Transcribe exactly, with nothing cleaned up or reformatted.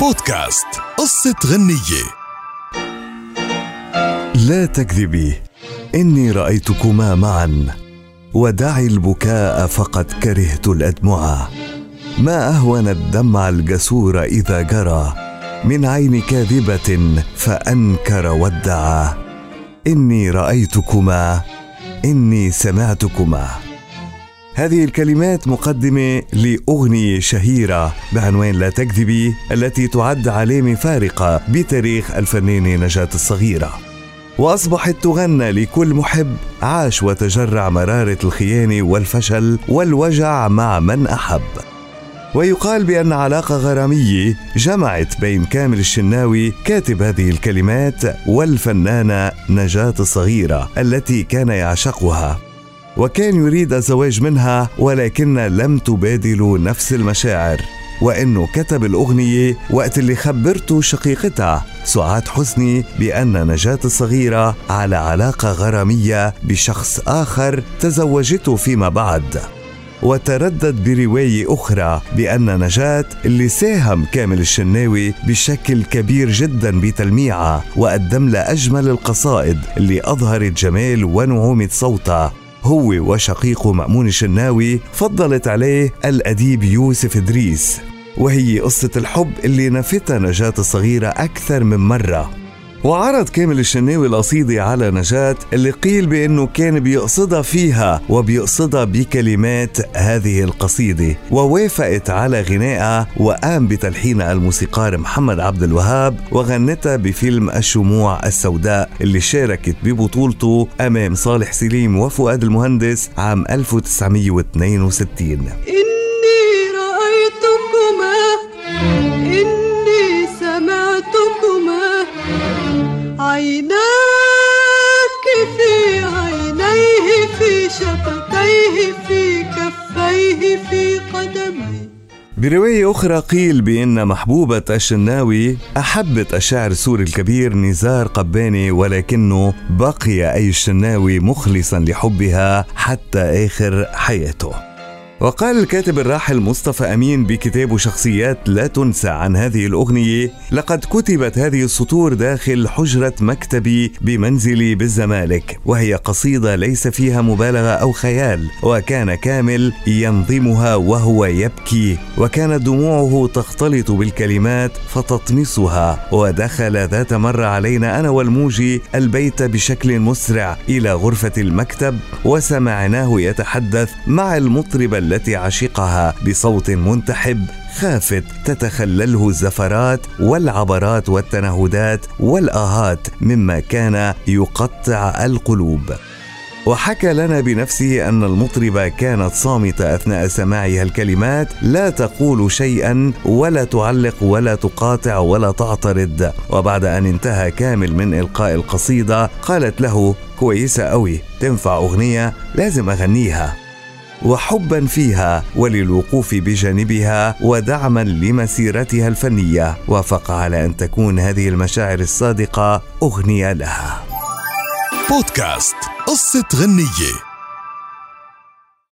بودكاست قصة غنية. لا تكذبي إني رأيتكما معا، ودعي البكاء فقد كرهت الأدمعة. ما أهون الدمع الجسور إذا جرى من عين كاذبة فأنكر وادعى. إني رأيتكما، إني سمعتكما. هذه الكلمات مقدمة لأغنية شهيرة بعنوان لا تكذبي، التي تعد علامة فارقة بتاريخ الفنانة نجاة الصغيرة، وأصبحت تغنى لكل محب عاش وتجرع مرارة الخيانة والفشل والوجع مع من أحب. ويقال بأن علاقة غرامية جمعت بين كامل الشناوي كاتب هذه الكلمات والفنانة نجاة الصغيرة التي كان يعشقها، وكان يريد الزواج منها ولكن لم تبادل نفس المشاعر، وإنه كتب الأغنية وقت اللي خبرته شقيقتها سعاد حسني بأن نجاة الصغيرة على علاقة غرامية بشخص آخر تزوجته فيما بعد. وتردد برواية أخرى بأن نجاة اللي ساهم كامل الشناوي بشكل كبير جدا بتلميعها وقدم لها أجمل القصائد اللي أظهرت جمال ونعومة صوتها، هو وشقيقه مأمون الشناوي فضلت عليه الأديب يوسف إدريس. وهي قصة الحب اللي نفتها نجاة الصغيرة أكثر من مرة. وعرض كامل الشناوي القصيدة على نجاة اللي قيل بأنه كان بيقصدها فيها وبيقصدها بكلمات هذه القصيدة، ووافقت على غنائها وقام بتلحينها الموسيقار محمد عبد الوهاب، وغنتها بفيلم الشموع السوداء اللي شاركت ببطولته أمام صالح سليم وفؤاد المهندس عام ألف وتسعمية واثنين وستين. إني رأيتكما، إني سمعتكما، عيناك في عينيه، في شفتيه، في كفيه، في قدميه. برواية أخرى قيل بأن محبوبة الشناوي أحبت الشاعر السوري الكبير نزار قباني، ولكنه بقي أي الشناوي مخلصا لحبها حتى آخر حياته. وقال الكاتب الراحل مصطفى أمين بكتابه شخصيات لا تنسى عن هذه الأغنية: لقد كتبت هذه السطور داخل حجرة مكتبي بمنزلي بالزمالك، وهي قصيدة ليس فيها مبالغة أو خيال، وكان كامل ينظمها وهو يبكي، وكانت دموعه تختلط بالكلمات فتطمسها. ودخل ذات مرة علينا أنا والموجي البيت بشكل مسرع إلى غرفة المكتب، وسمعناه يتحدث مع المطربة التي عشقها بصوت منتحب، خافت تتخلله الزفرات والعبرات والتنهدات والآهات مما كان يقطع القلوب. وحكى لنا بنفسه أن المطربة كانت صامتة أثناء سماعها الكلمات، لا تقول شيئا ولا تعلق ولا تقاطع ولا تعترض. وبعد أن انتهى كامل من إلقاء القصيدة قالت له: كويسة قوي، تنفع أغنية، لازم أغنيها. وحبا فيها وللوقوف بجانبها ودعما لمسيرتها الفنية، وافق على أن تكون هذه المشاعر الصادقة أغنية لها. بودكاست قصة غنية.